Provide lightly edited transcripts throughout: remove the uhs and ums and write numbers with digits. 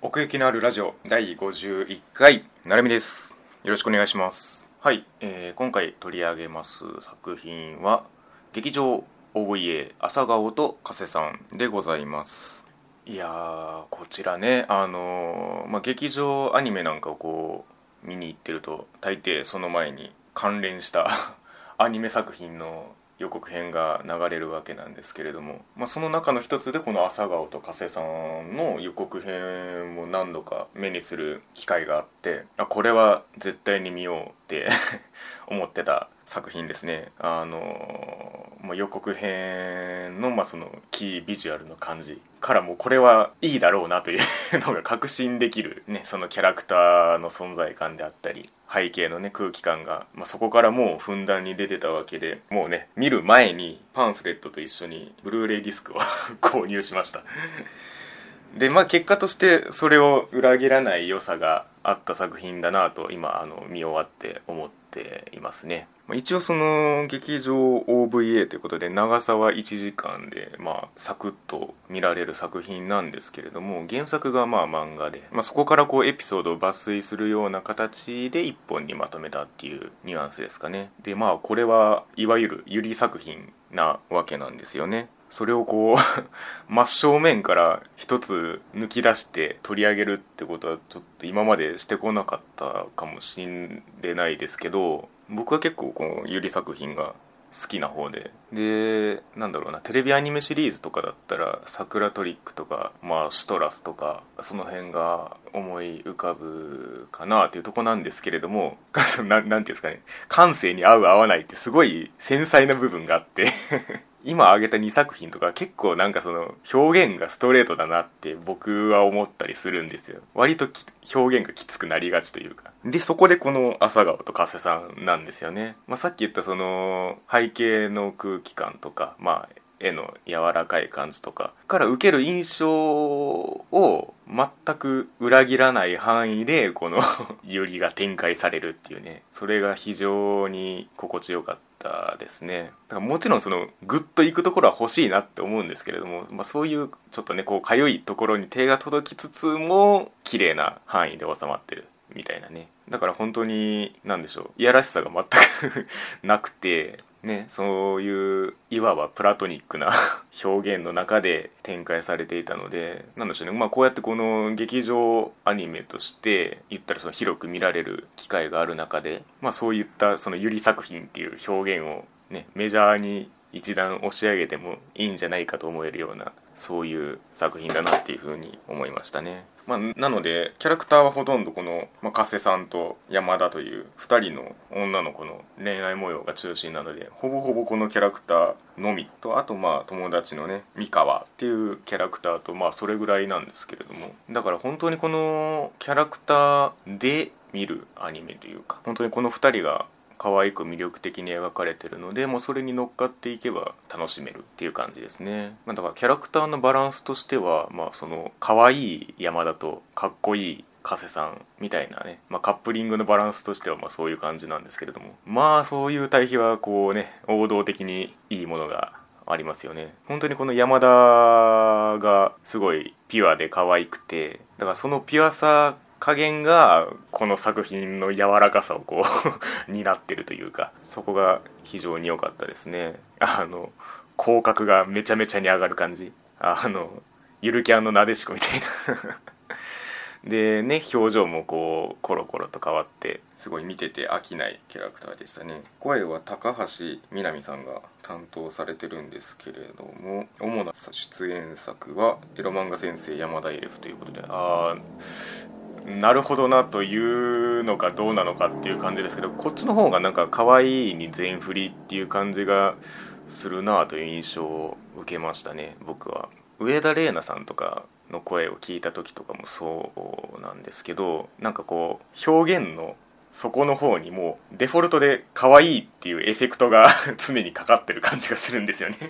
奥行きのあるラジオ第51回なるみです。よろしくお願いします。はい、今回取り上げます作品は劇場 OVA 朝顔と加瀬さんでございます。いやー、こちらね、劇場アニメなんかを見に行ってると大抵その前に関連したアニメ作品の予告編が流れるわけなんですけれども、その中の一つでこの朝顔と加瀬さんの予告編を何度か目にする機会があって、これは絶対に見ようって思ってた作品ですね。予告編のそのキービジュアルの感じからもうこれはいいだろうなというのが確信できるね、そのキャラクターの存在感であったり背景のね空気感が、そこからもうふんだんに出てたわけで、もうね見る前にパンフレットと一緒にブルーレイディスクを購入しました。で結果としてそれを裏切らない良さがあった作品だなと今見終わって思っていますね。一応その劇場 OVA ということで長さは1時間でサクッと見られる作品なんですけれども、原作が漫画で、そこからエピソードを抜粋するような形で一本にまとめたっていうニュアンスですかね。でこれはいわゆるユリ作品なわけなんですよね。それを真正面から一つ抜き出して取り上げるってことはちょっと今までしてこなかったかもしれないですけど、僕は結構このユリ作品が好きな方で、テレビアニメシリーズとかだったらサクラトリックとかシトラスとかその辺が思い浮かぶかなというとこなんですけれども、なんていうんですかね、感性に合う合わないってすごい繊細な部分があって今挙げた2作品とか結構その表現がストレートだなって僕は思ったりするんですよ。割と表現がきつくなりがちというか。でそこでこの朝顔と加瀬さんなんですよね。さっき言ったその背景の空気感とか絵の柔らかい感じとかから受ける印象を全く裏切らない範囲でこのユリが展開されるっていうね、それが非常に心地よかったですね。だからもちろんそのグッといくところは欲しいなって思うんですけれども、そういうちょっとねかゆいところに手が届きつつも綺麗な範囲で収まってるみたいなね。だから本当にいやらしさが全くなくてね、そういういわばプラトニックな表現の中で展開されていたので、こうやってこの劇場アニメとして言ったらその広く見られる機会がある中で、そういったそのユリ作品っていう表現をねメジャーに一段押し上げてもいいんじゃないかと思えるような、そういう作品だなっていうふうに思いましたね。なのでキャラクターはほとんどこの、加瀬さんと山田という2人の女の子の恋愛模様が中心なので、ほぼほぼこのキャラクターのみと、あと友達のね三河っていうキャラクターとそれぐらいなんですけれども、だから本当にこのキャラクターで見るアニメというか、本当にこの2人が可愛く魅力的に描かれてるので、もうそれに乗っかっていけば楽しめるっていう感じですね。だからキャラクターのバランスとしては、その可愛い山田とかっこいい加瀬さんみたいなね、カップリングのバランスとしてはそういう感じなんですけれども、そういう対比は王道的にいいものがありますよね。本当にこの山田がすごいピュアで可愛くて、だからそのピュアさ加減がこの作品の柔らかさを担ってるというか、そこが非常に良かったですね。口角がめちゃめちゃに上がる感じ、ゆるキャンのなでしこみたいなでね、表情もコロコロと変わって、すごい見てて飽きないキャラクターでしたね。声は高橋みなみさんが担当されてるんですけれども、主な出演作はエロ漫画先生山田エレフということで、なるほどなというのかどうなのかっていう感じですけど、こっちの方が可愛いに全振りっていう感じがするなという印象を受けましたね。僕は上田玲奈さんとかの声を聞いた時とかもそうなんですけど、表現の底の方にもうデフォルトで可愛いっていうエフェクトが常にかかってる感じがするんですよね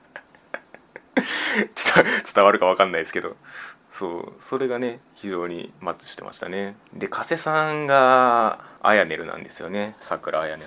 伝わるか分かんないですけど、それがね非常にマッチしてましたね。で加瀬さんがあやねるなんですよね。桜あやねさん。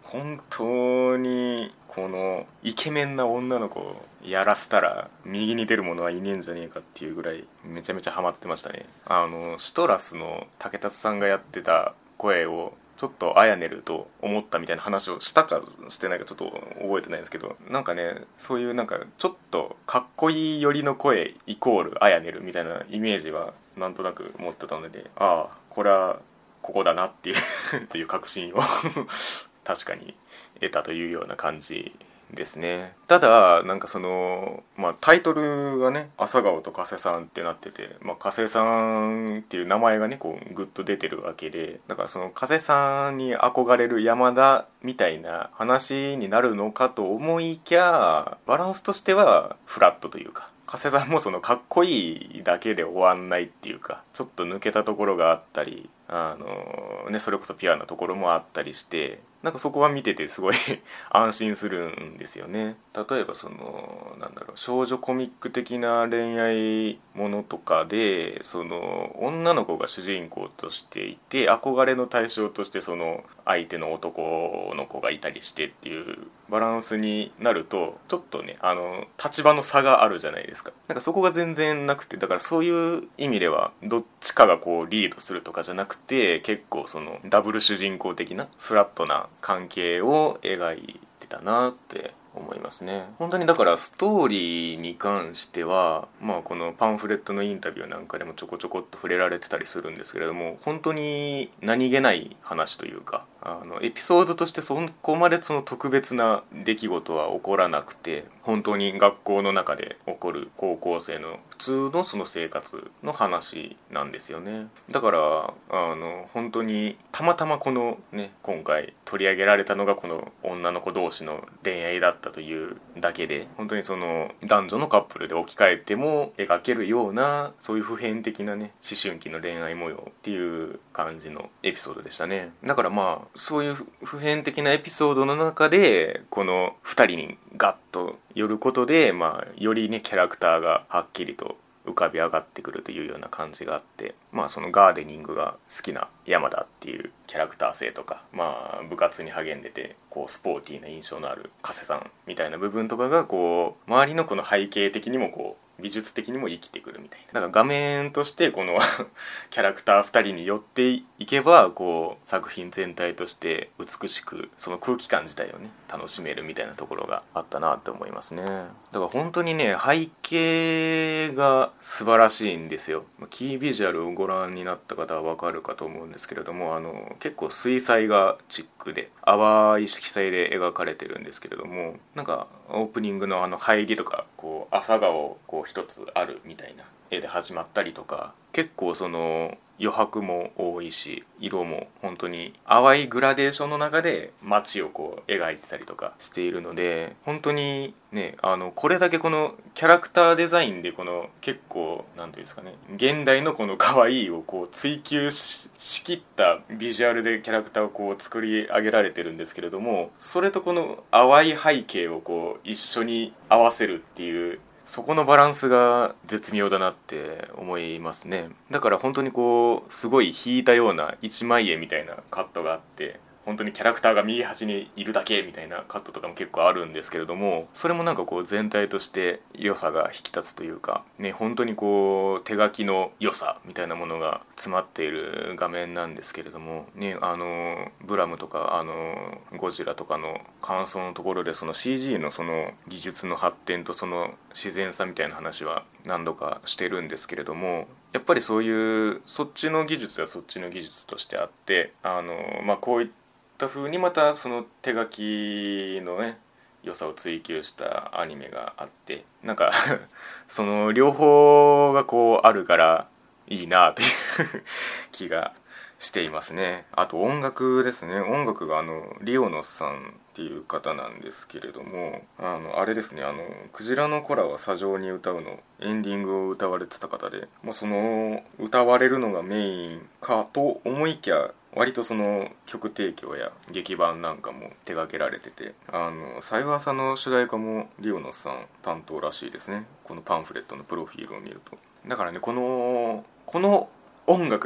本当にこのイケメンな女の子をやらせたら右に出る者はいねえんじゃねえかっていうぐらいめちゃめちゃハマってましたね。シトラスの竹達さんがやってた声をちょっとあやねると思ったみたいな話をしたかしてないかちょっと覚えてないんですけど、なんかね、そういうなんかちょっとかっこいい寄りの声イコールあやねるみたいなイメージはなんとなく持ってたので、ああこれはここだなっていうっていう確信を確かに得たというような感じですね。ただなんかその、タイトルがね朝顔と加瀬さんってなってて、加瀬さんっていう名前がねこうグッと出てるわけで、だからその加瀬さんに憧れる山田みたいな話になるのかと思いきや、バランスとしてはフラットというか、加瀬さんもそのかっこいいだけで終わんないっていうか、ちょっと抜けたところがあったり、それこそピュアなところもあったりして、なんかそこは見ててすごい安心するんですよね。例えばその少女コミック的な恋愛ものとかで、その女の子が主人公としていて憧れの対象としてその相手の男の子がいたりしてっていうバランスになると、ちょっとね立場の差があるじゃないですか。なんかそこが全然なくて、だからそういう意味ではどっちかがこうリードするとかじゃなくて、結構そのダブル主人公的なフラットな関係を描いてたなって思いますね。本当にだからストーリーに関しては、このパンフレットのインタビューなんかでもちょこちょこっと触れられてたりするんですけれども、本当に何気ない話というか、エピソードとしてそこまでその特別な出来事は起こらなくて、本当に学校の中で起こる高校生の普通のその生活の話なんですよね。だから本当にたまたまこのね今回取り上げられたのがこの女の子同士の恋愛だったというだけで、本当にその男女のカップルで置き換えても描けるような、そういう普遍的なね思春期の恋愛模様っていう感じのエピソードでしたね。だからそういう普遍的なエピソードの中でこの2人にガッと寄ることで、よりねキャラクターがはっきりと浮かび上がってくるというような感じがあって、そのガーデニングが好きな山田っていうキャラクター性とか、部活に励んでてこうスポーティーな印象のある加瀬さんみたいな部分とかがこう周りのこの背景的にもこう美術的にも生きてくるみたいな、だから画面としてこのキャラクター2人に寄っていけばこう作品全体として美しくその空気感自体をね楽しめるみたいなところがあったなって思いますね。だから本当にね背景が素晴らしいんですよ。キービジュアルをご覧になった方はわかるかと思うんですけれども、結構水彩画チックで淡い色彩で描かれてるんですけれども、なんかオープニングの入りとかこう朝顔こう一つあるみたいな絵で始まったりとか、結構その余白も多いし色も本当に淡いグラデーションの中で街をこう描いてたりとかしているので、本当にねこれだけこのキャラクターデザインでこの結構なんていうんですかね、現代のこの可愛いをこう追求 しきったビジュアルでキャラクターをこう作り上げられてるんですけれども、それとこの淡い背景をこう一緒に合わせるっていう、そこのバランスが絶妙だなって思いますね。だから本当にこうすごい引いたような一枚絵みたいなカットがあって、本当にキャラクターが右端にいるだけみたいなカットとかも結構あるんですけれども、それもなんかこう全体として良さが引き立つというかね、本当にこう手書きの良さみたいなものが詰まっている画面なんですけれどもね、ブラムとかゴジラとかの感想のところでその CG のその技術の発展とその自然さみたいな話は何度かしてるんですけれども、やっぱりそういうそっちの技術はそっちの技術としてあって、こういった風にまたその手書きのね良さを追求したアニメがあって、なんかその両方がこうあるからいいなという気がしていますね。あと音楽ですね。音楽がリオノさんっていう方なんですけれども、あれですね、クジラの子らは砂上に歌うのエンディングを歌われてた方で、その歌われるのがメインかと思いきや割とその曲提供や劇版なんかも手掛けられてて、サイワーサの主題歌もリオノスさん担当らしいですね。このパンフレットのプロフィールを見ると。だからねこの音楽が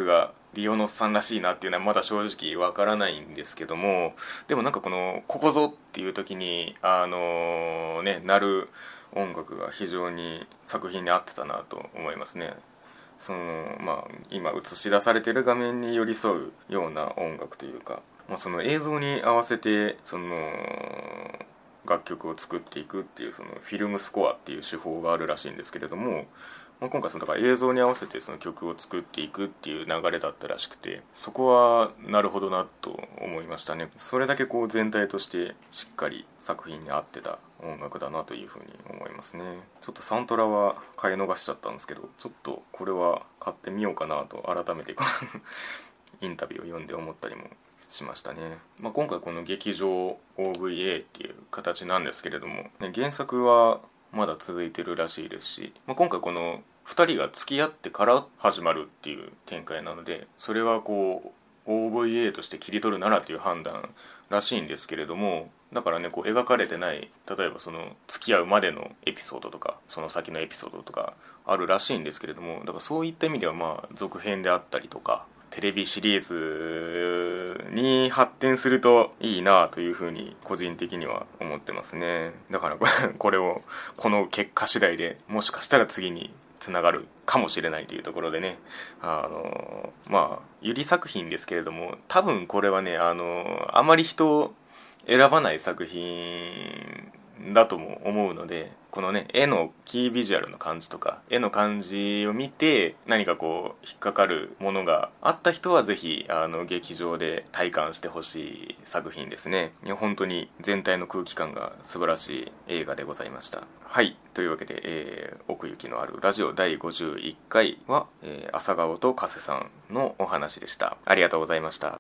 リオノスさんらしいなっていうのはまだ正直わからないんですけども、でもなんかここぞっていう時に鳴る音楽が非常に作品に合ってたなと思いますね。今映し出されてる画面に寄り添うような音楽というか、その映像に合わせて楽曲を作っていくっていうそのフィルムスコアっていう手法があるらしいんですけれども、今回だから映像に合わせてその曲を作っていくっていう流れだったらしくて、そこはなるほどなと思いましたね。それだけ全体としてしっかり作品に合ってた音楽だなというふうに思いますね。ちょっとサントラは買い逃しちゃったんですけど、ちょっとこれは買ってみようかなと改めてインタビューを読んで思ったりもしましたね。今回この劇場 OVA っていう形なんですけれども、原作はまだ続いてるらしいですし、今回この2人が付き合ってから始まるっていう展開なので、それはOVA として切り取るならっていう判断らしいんですけれども、だからね描かれてない、例えばその付き合うまでのエピソードとかその先のエピソードとかあるらしいんですけれども、だからそういった意味では続編であったりとかテレビシリーズに発展するといいなというふうに個人的には思ってますね。だからこの結果次第でもしかしたら次につながるかもしれないというところでね、ゆり作品ですけれども、多分これはねあまり人を選ばない作品だとも思うので、このね絵のキービジュアルの感じとか絵の感じを見て何か引っかかるものがあった人はぜひ劇場で体感してほしい作品ですね。本当に全体の空気感が素晴らしい映画でございました。はい、というわけで、奥行きのあるラジオ第51回は、朝顔と加瀬さんのお話でした。ありがとうございました。